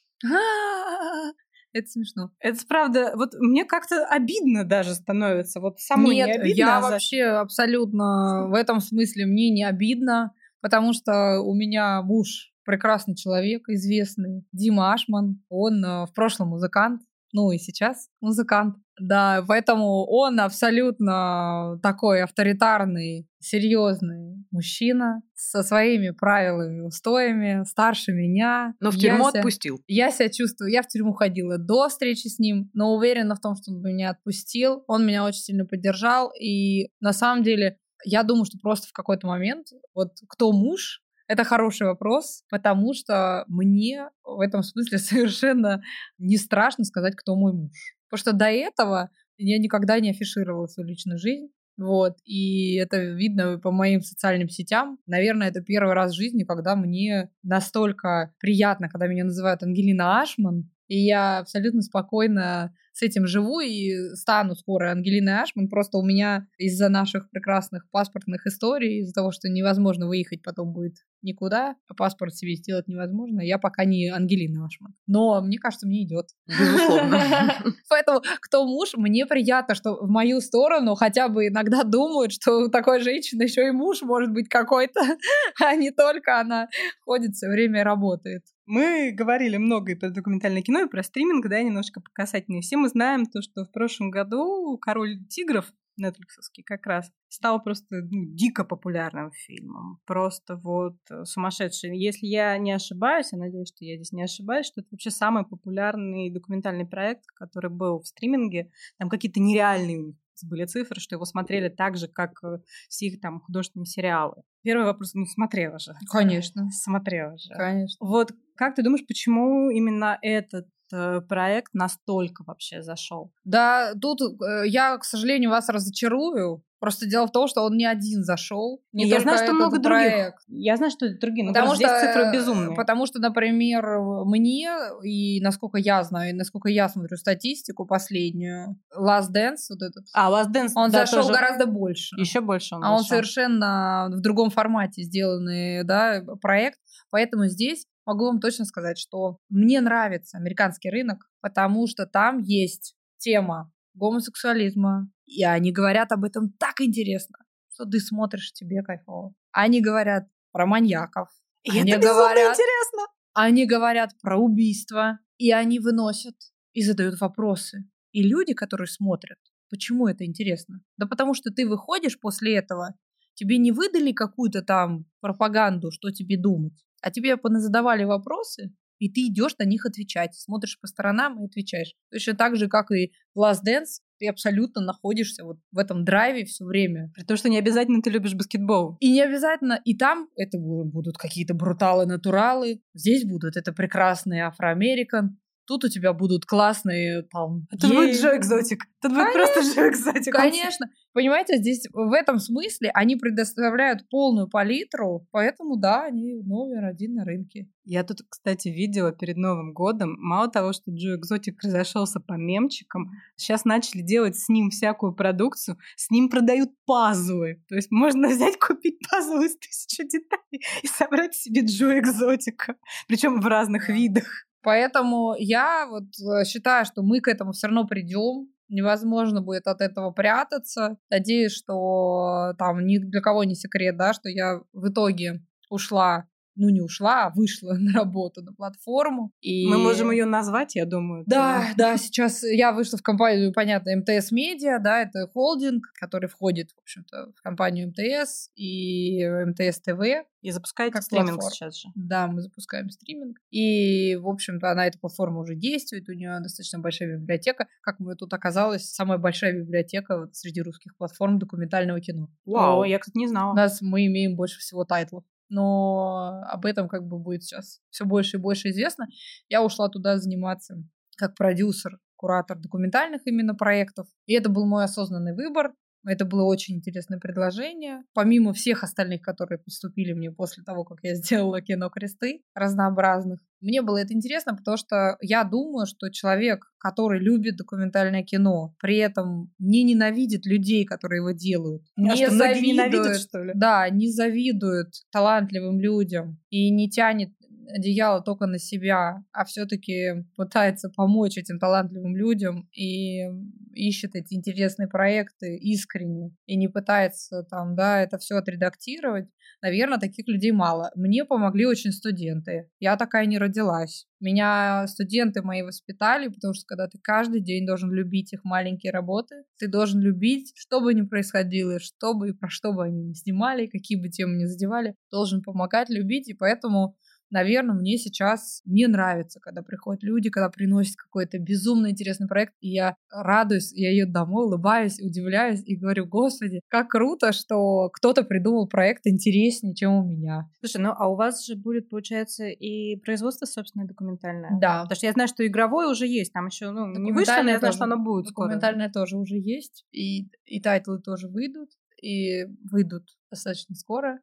Это смешно. Это правда, вот мне как-то обидно даже становится. Вот самой не Нет, обидно. я а за- вообще абсолютно в этом смысле мне не обидно, потому что у меня муж прекрасный человек, известный, Дима Ашман. Он э, в прошлом музыкант, ну и сейчас музыкант. Да, поэтому он абсолютно такой авторитарный, серьезный мужчина со своими правилами, устоями, старше меня. Но в Я тюрьму ся- отпустил. Я себя чувствую, я в тюрьму ходила до встречи с ним, но уверена в том, что он меня отпустил, он меня очень сильно поддержал, и на самом деле я думаю, что просто в какой-то момент, вот кто муж, это хороший вопрос, потому что мне в этом смысле совершенно не страшно сказать, кто мой муж. Потому что до этого я никогда не афишировала свою личную жизнь. Вот, и это видно по моим социальным сетям. Наверное, это первый раз в жизни, когда мне настолько приятно, когда меня называют Ангелина Ашман, и я абсолютно спокойно с этим живу и стану скоро Ангелиной Ашман. Просто у меня из-за наших прекрасных паспортных историй, из-за того, что невозможно выехать потом будет никуда, а паспорт себе сделать невозможно, я пока не Ангелина Ашман. Но мне кажется, мне идет. Безусловно. Поэтому, кто муж, мне приятно, что в мою сторону хотя бы иногда думают, что у такой женщины еще и муж может быть какой-то, а не только она ходит все время и работает. Мы говорили много и про документальное кино, и про стриминг, да, немножко по касательной. Все мы знаем то, что в прошлом году «Король тигров», нетфликсовский как раз, стал просто ну, дико популярным фильмом. Просто вот э, сумасшедший. Если я не ошибаюсь, я надеюсь, что я здесь не ошибаюсь, что это вообще самый популярный документальный проект, который был в стриминге. Там какие-то нереальные у них были цифры, что его смотрели так же, как э, все их там художественные сериалы. Первый вопрос, ну смотрела же. Конечно. Смотрела же. Конечно. Вот как ты думаешь, почему именно этот э, проект настолько вообще зашел? Да, тут э, я, к сожалению, вас разочарую. Просто дело в том, что он не один зашел. Не я только знаю, что этот много проект. других. Я знаю, что это другие, но Потому просто что, здесь цифры э, безумные. потому что, например, мне, и насколько я знаю, и насколько я смотрю статистику последнюю, Last Dance, вот этот, А, Last Dance, он да, зашел тоже гораздо больше. еще больше он А он зашел. совершенно в другом формате сделанный, да, проект. Поэтому здесь могу вам точно сказать, что мне нравится американский рынок, потому что там есть тема гомосексуализма, и они говорят об этом так интересно, что ты смотришь, тебе кайфово. Они говорят про маньяков. И они это безумно говорят, интересно. они говорят про убийства, и они выносят и задают вопросы. И люди, которые смотрят, почему это интересно? Да потому что ты выходишь после этого, тебе не выдали какую-то там пропаганду, что тебе думать, а тебе поназадавали вопросы, и ты идешь на них отвечать, смотришь по сторонам и отвечаешь. Точно так же, как и в Last Dance, ты абсолютно находишься вот в этом драйве все время. При том, что не обязательно ты любишь баскетбол. И не обязательно, и там это будут какие-то бруталы-натуралы, здесь будут это прекрасные афроамерикан, тут у тебя будут классные там... Это будет Джо Экзотик. Тут будет просто Джо Экзотик. Конечно. Понимаете, здесь в этом смысле они предоставляют полную палитру, поэтому, да, они номер один на рынке. Я тут, кстати, видела перед Новым годом, мало того, что Джо Экзотик разошелся по мемчикам, сейчас начали делать с ним всякую продукцию, с ним продают пазлы. То есть можно взять, купить пазлы из тысячи деталей и собрать себе Джо Экзотика. Причем в разных видах. Поэтому я вот считаю, что мы к этому все равно придем. Невозможно будет от этого прятаться. Надеюсь, что там ни для кого не секрет, да, что я в итоге ушла, ну не ушла, а вышла на работу на платформу. И... Мы можем ее назвать, я думаю. Да, да, сейчас я вышла в компанию, понятно, эм тэ эс Media, да, это холдинг, который входит, в общем-то, в компанию эм тэ эс и эм тэ эс тэ вэ. И запускаете стриминг платформ. Сейчас же. Да, мы запускаем стриминг. И, в общем-то, она, эта платформа уже действует, у нее достаточно большая библиотека. Как мы тут оказалось, самая большая библиотека вот среди русских платформ документального кино. Вау, О, я, кстати, не знала. У нас мы имеем больше всего тайтлов. Но об этом как бы будет сейчас все больше и больше известно. Я ушла туда заниматься как продюсер, куратор документальных именно проектов. И это был мой осознанный выбор. Это было очень интересное предложение. Помимо всех остальных, которые поступили мне после того, как я сделала кино «Кресты» разнообразных. Мне было это интересно, потому что я думаю, что человек, который любит документальное кино, при этом не ненавидит людей, которые его делают, а не что, завидует, ненавидят, что ли? Да, не завидует талантливым людям и не тянет одеяло только на себя, а все-таки пытается помочь этим талантливым людям и ищет эти интересные проекты искренне и не пытается там, да, это все отредактировать. Наверное, таких людей мало. Мне помогли очень студенты. Я такая не родилась. Меня студенты мои воспитали, потому что когда ты каждый день должен любить их маленькие работы, ты должен любить, что бы ни происходило, что бы и про что бы они ни снимали, какие бы темы ни задевали, должен помогать, любить, и поэтому наверное, мне сейчас не нравится, когда приходят люди, когда приносят какой-то безумно интересный проект, и я радуюсь, я еду домой, улыбаюсь, удивляюсь и говорю: Господи, как круто, что кто-то придумал проект интереснее, чем у меня. Слушай, ну а у вас же будет, получается, и производство собственное документальное? Да. Потому что я знаю, что игровое уже есть, там еще ну, не вышло, но я знаю, что оно будет скоро. Документальное тоже уже есть, и, и тайтлы тоже выйдут. И выйдут достаточно скоро.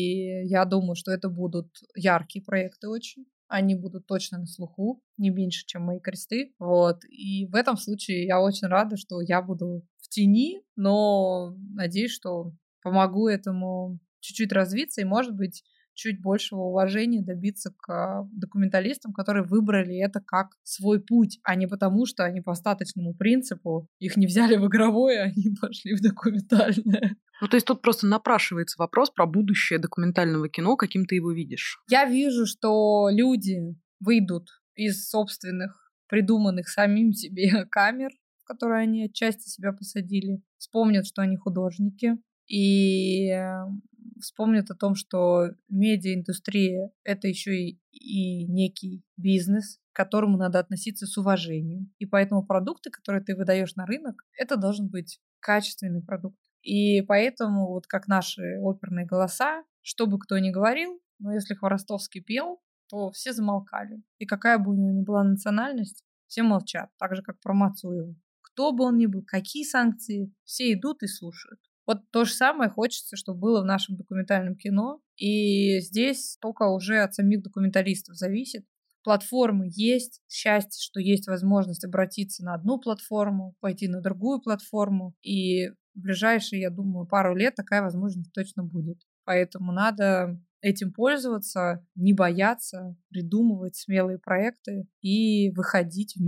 И я думаю, что это будут яркие проекты очень. Они будут точно на слуху, не меньше, чем мои кресты. Вот. И в этом случае я очень рада, что я буду в тени, но надеюсь, что помогу этому чуть-чуть развиться и, может быть, чуть большего уважения добиться к документалистам, которые выбрали это как свой путь, а не потому, что они по остаточному принципу их не взяли в игровое, а они пошли в документальное. Ну, то есть тут просто напрашивается вопрос про будущее документального кино, каким ты его видишь. Я вижу, что люди выйдут из собственных, придуманных самим себе камер, в которые они отчасти себя посадили, вспомнят, что они художники, и вспомнят о том, что медиаиндустрия — это еще и, и некий бизнес, к которому надо относиться с уважением. И поэтому продукты, которые ты выдаешь на рынок, это должен быть качественный продукт. И поэтому, вот как наши оперные голоса, что бы кто ни говорил, но если Хворостовский пел, то все замолкали. И какая бы у него ни была национальность, все молчат, так же, как про Мацуева. Кто бы он ни был, какие санкции, все идут и слушают. Вот то же самое хочется, чтобы было в нашем документальном кино. И здесь только уже от самих документалистов зависит. Платформы есть. Счастье, что есть возможность обратиться на одну платформу, пойти на другую платформу. И в ближайшие, я думаю, пару лет такая возможность точно будет. Поэтому надо этим пользоваться, не бояться, придумывать смелые проекты и выходить в мир.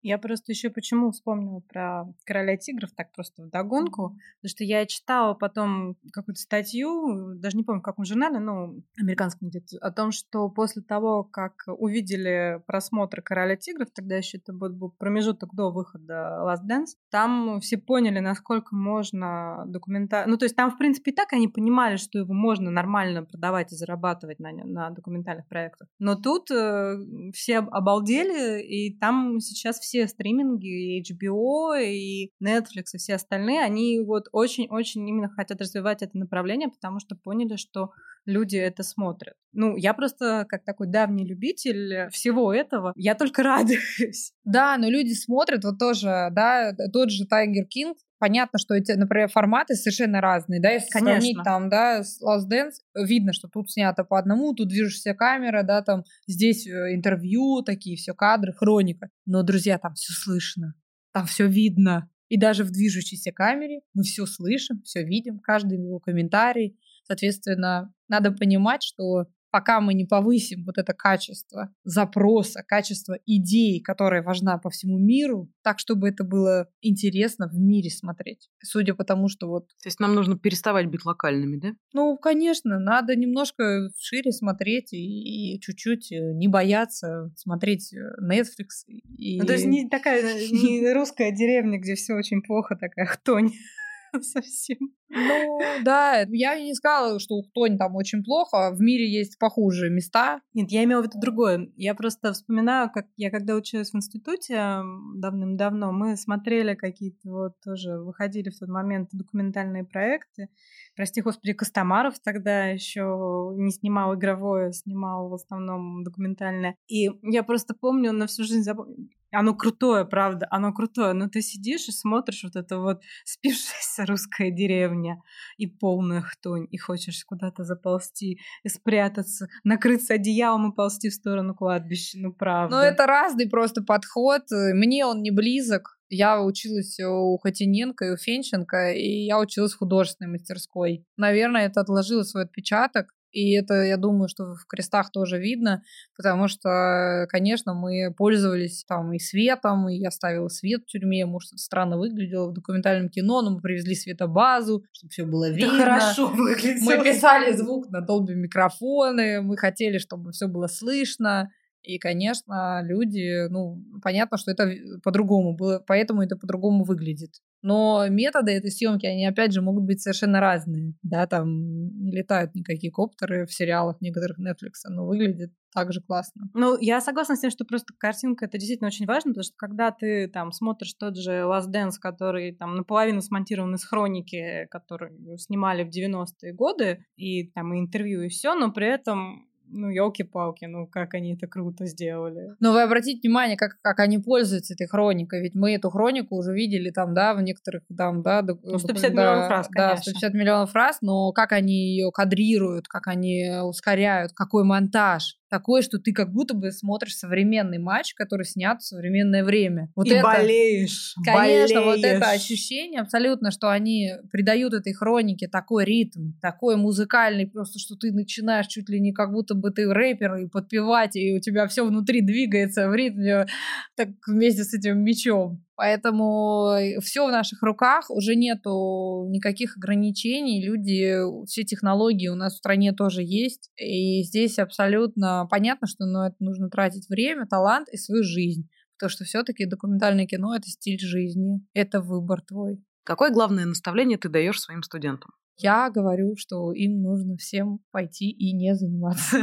Я просто еще почему вспомнила про «Короля тигров», так просто вдогонку, потому что я читала потом какую-то статью, даже не помню, в каком журнале, ну, американском где-то, о том, что после того, как увидели просмотр «Короля тигров», тогда еще это был промежуток до выхода «Last Dance», там все поняли, насколько можно документально... Ну, то есть там, в принципе, и так они понимали, что его можно нормально продавать и зарабатывать на, на документальных проектах. Но тут э, все обалдели, и там сейчас все стриминги, и эйч би о, и Netflix, и все остальные, они вот очень-очень именно хотят развивать это направление, потому что поняли, что люди это смотрят. Ну, я просто, как такой давний любитель всего этого, я только радуюсь. Да, но люди смотрят, вот тоже, да, тот же Tiger King, понятно, что эти, например, форматы совершенно разные, да, если Конечно. сравнить там, да, с Last Dance, видно, что тут снято по одному, тут движущаяся камера, да, там, здесь интервью, такие все кадры, хроника, но, друзья, там все слышно, там все видно, и даже в движущейся камере мы все слышим, все видим, каждый его комментарий, соответственно, надо понимать, что пока мы не повысим вот это качество запроса, качество идей, которая важна по всему миру, так, чтобы это было интересно в мире смотреть. Судя по тому, что вот... То есть нам нужно переставать быть локальными, да? Ну, конечно, надо немножко шире смотреть и, и чуть-чуть не бояться смотреть Netflix. И... Ну, то есть не такая, не русская деревня, где все очень плохо, такая хтонь. Совсем. Ну, да, я не сказала, что Ухтонь там очень плохо, в мире есть похуже места. Нет, я имела в виду другое. Я просто вспоминаю, как я когда училась в институте давным-давно, мы смотрели какие-то вот тоже, выходили в тот момент документальные проекты. Прости, господи, Костомаров тогда еще не снимал игровое, снимал в основном документальное. И я просто помню, на всю жизнь запомнила. Оно крутое, правда, оно крутое, но ты сидишь и смотришь вот это вот спившаяся русская деревня и полная хтонь, и хочешь куда-то заползти и спрятаться, накрыться одеялом и ползти в сторону кладбища, ну правда. Ну это разный просто подход, мне он не близок. Я училась у Хотиненко и у Фенченко, и я училась в художественной мастерской. Наверное, это отложило свой отпечаток. И это, я думаю, что в крестах тоже видно, потому что, конечно, мы пользовались там и светом, и я ставила свет в тюрьме, может, это странно выглядело в документальном кино, но мы привезли светобазу, чтобы все было видно. Это хорошо выглядело. Мы писали звук на Dolby микрофоны, мы хотели, чтобы все было слышно. И, конечно, люди, ну, понятно, что это по-другому было, поэтому это по-другому выглядит. Но методы этой съемки, они, опять же, могут быть совершенно разные. Да, там не летают никакие коптеры в сериалах некоторых Netflix, но выглядит так же классно. Ну, я согласна с тем, что просто картинка — это действительно очень важно, потому что когда ты там смотришь тот же Last Dance, который там наполовину смонтирован из хроники, который снимали в девяностые годы, и там и интервью, и все, но при этом... Ну, елки-палки, ну как они это круто сделали. Но вы обратите внимание, как, как они пользуются этой хроникой, ведь мы эту хронику уже видели там, да, в некоторых там, да... Ну, сто пятьдесят миллионов раз, конечно. Да, сто пятьдесят миллионов раз, но как они ее кадрируют, как они ускоряют, какой монтаж. Такое, что ты как будто бы смотришь современный матч, который снят в современное время. Вот и это, болеешь, конечно, болеешь. Вот это ощущение абсолютно, что они придают этой хронике такой ритм, такой музыкальный, просто что ты начинаешь чуть ли не как будто бы ты рэпер и подпевать, и у тебя все внутри двигается в ритме так вместе с этим мячом. Поэтому все в наших руках, уже нету никаких ограничений, люди, все технологии у нас в стране тоже есть, и здесь абсолютно понятно, что ну, это нужно тратить время, талант и свою жизнь, потому что все-таки документальное кино — это стиль жизни, это выбор твой. Какое главное наставление ты даешь своим студентам? Я говорю, что им нужно всем пойти и не заниматься.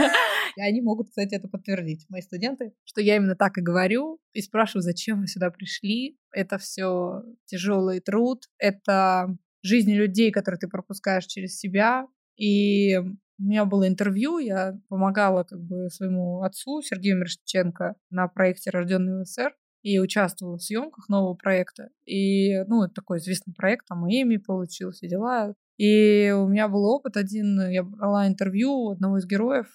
И они могут, кстати, это подтвердить, мои студенты, что я именно так и говорю. И спрашиваю, зачем вы сюда пришли. Это все тяжелый труд, это жизни людей, которые ты пропускаешь через себя. И у меня было интервью, я помогала как бы своему отцу Сергею Мирошниченко на проекте «Рожденный в СССР». И участвовала в съемках нового проекта. И, ну, это такой известный проект, там и Эмми получил, все дела. И у меня был опыт один, я брала интервью у одного из героев,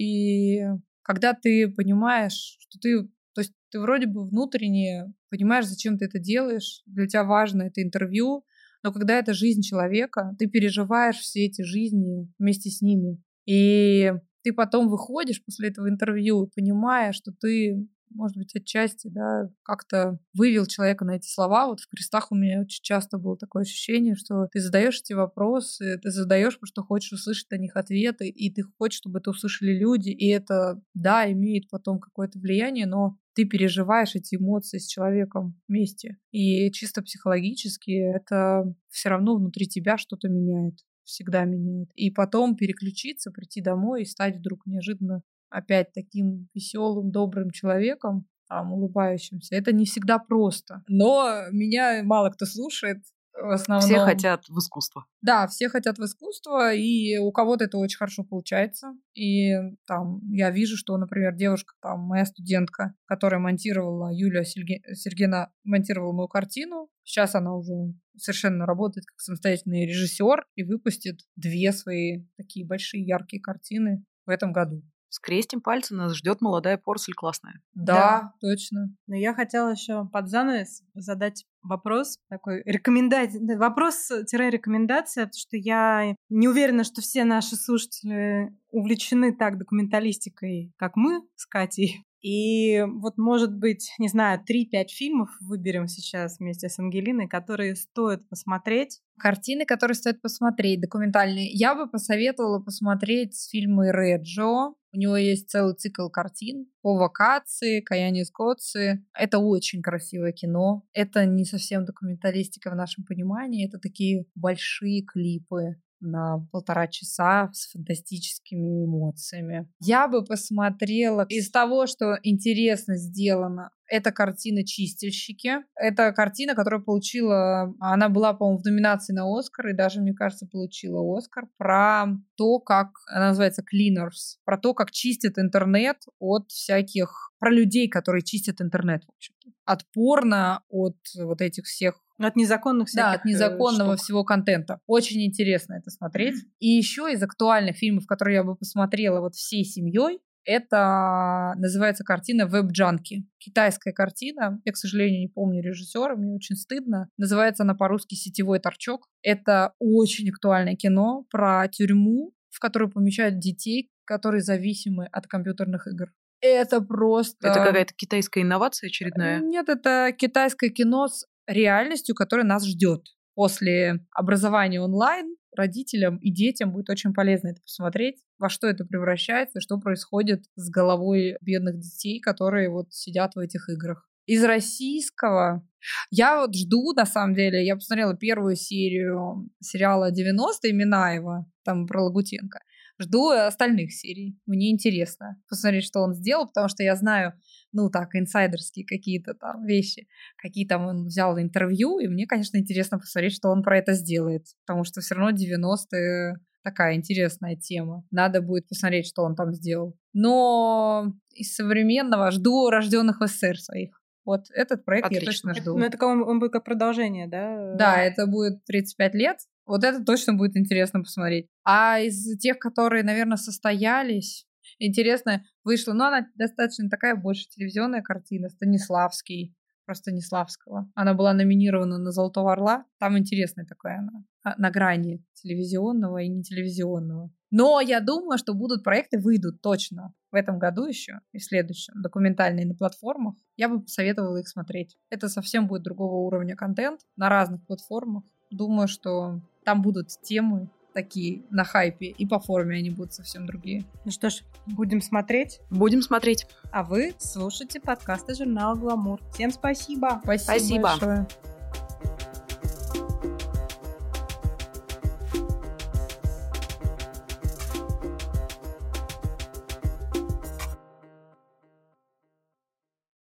и когда ты понимаешь, что ты, то есть ты вроде бы внутренне понимаешь, зачем ты это делаешь, для тебя важно это интервью, но когда это жизнь человека, ты переживаешь все эти жизни вместе с ними. И ты потом выходишь после этого интервью, понимая, что ты может быть, отчасти, да, как-то вывел человека на эти слова. Вот в «Крестах» у меня очень часто было такое ощущение, что ты задаешь эти вопросы, ты задаешь, потому что хочешь услышать на них ответы, и ты хочешь, чтобы это услышали люди, и это, да, имеет потом какое-то влияние, но ты переживаешь эти эмоции с человеком вместе. И чисто психологически это все равно внутри тебя что-то меняет, всегда меняет. И потом переключиться, прийти домой и стать вдруг неожиданно опять таким веселым, добрым человеком, там, улыбающимся. Это не всегда просто. Но меня мало кто слушает. В основном... Все хотят в искусство. Да, все хотят в искусство, и у кого-то это очень хорошо получается. И там я вижу, что, например, девушка, там, моя студентка, которая монтировала, Юлия Сельге... Сергина, монтировала мою картину. Сейчас она уже совершенно работает как самостоятельный режиссер и выпустит две свои такие большие яркие картины в этом году. Скрестим пальцы, нас ждет молодая поросль классная. Да, да, точно. Но я хотела еще под занавес задать вопрос, такой рекомендация, вопрос-рекомендация, потому что я не уверена, что все наши слушатели увлечены так документалистикой, как мы с Катей. И вот, может быть, не знаю, три-пять фильмов выберем сейчас вместе с Ангелиной, которые стоит посмотреть. Картины, которые стоит посмотреть, документальные. Я бы посоветовала посмотреть фильмы Реджо. У него есть целый цикл картин по вакации, Каяне Скотси. Это очень красивое кино. Это не совсем документалистика в нашем понимании. Это такие большие клипы на полтора часа с фантастическими эмоциями. Я бы посмотрела из того, что интересно сделано. Это картина «Чистильщики». Это картина, которая получила... Она была, по-моему, в номинации на «Оскар», и даже, мне кажется, получила «Оскар», про то, как... Она называется «Cleaners». Про то, как чистят интернет от всяких... Про людей, которые чистят интернет, в общем-то. От порно, от вот этих всех... От незаконных всяких Да, от незаконного штук. всего контента. Очень интересно это смотреть. И еще из актуальных фильмов, которые я бы посмотрела вот всей семьей, это называется картина «Веб-джанки». Китайская картина. Я, к сожалению, не помню режиссера, мне очень стыдно. Называется она по-русски «Сетевой торчок». Это очень актуальное кино про тюрьму, в которую помещают детей, которые зависимы от компьютерных игр. Это просто... Это какая-то китайская инновация очередная? Нет, это китайское кино с реальностью, которая нас ждет. После образования онлайн родителям и детям будет очень полезно это посмотреть, во что это превращается, что происходит с головой бедных детей, которые вот сидят в этих играх. Из российского я вот жду, на самом деле, я посмотрела первую серию сериала девяностые Минаева, там про Лагутенко. Жду остальных серий. Мне интересно посмотреть, что он сделал, потому что я знаю, ну так, инсайдерские какие-то там вещи, какие там он взял интервью, и мне, конечно, интересно посмотреть, что он про это сделает, потому что все равно девяностые такая интересная тема. Надо будет посмотреть, что он там сделал. Но из современного жду «Рожденных в СССР» своих. Вот этот проект Отлично. я точно жду. Ну, это он, он будет как продолжение, да? Да, это будет тридцать пять лет. Вот это точно будет интересно посмотреть. А из тех, которые, наверное, состоялись, интересно, вышло, но она достаточно такая больше телевизионная картина, Станиславский, про Станиславского. Она была номинирована на «Золотого орла». Там интересная такая она, на грани телевизионного и нетелевизионного. Но я думаю, что будут проекты, выйдут точно в этом году еще и в следующем, документальные на платформах. Я бы посоветовала их смотреть. Это совсем будет другого уровня контент на разных платформах. Думаю, что там будут темы такие на хайпе, и по форме они будут совсем другие. Ну что ж, будем смотреть. Будем смотреть. А вы слушайте подкасты журнала «Гламур». Всем спасибо. Спасибо, Спасибо. большое.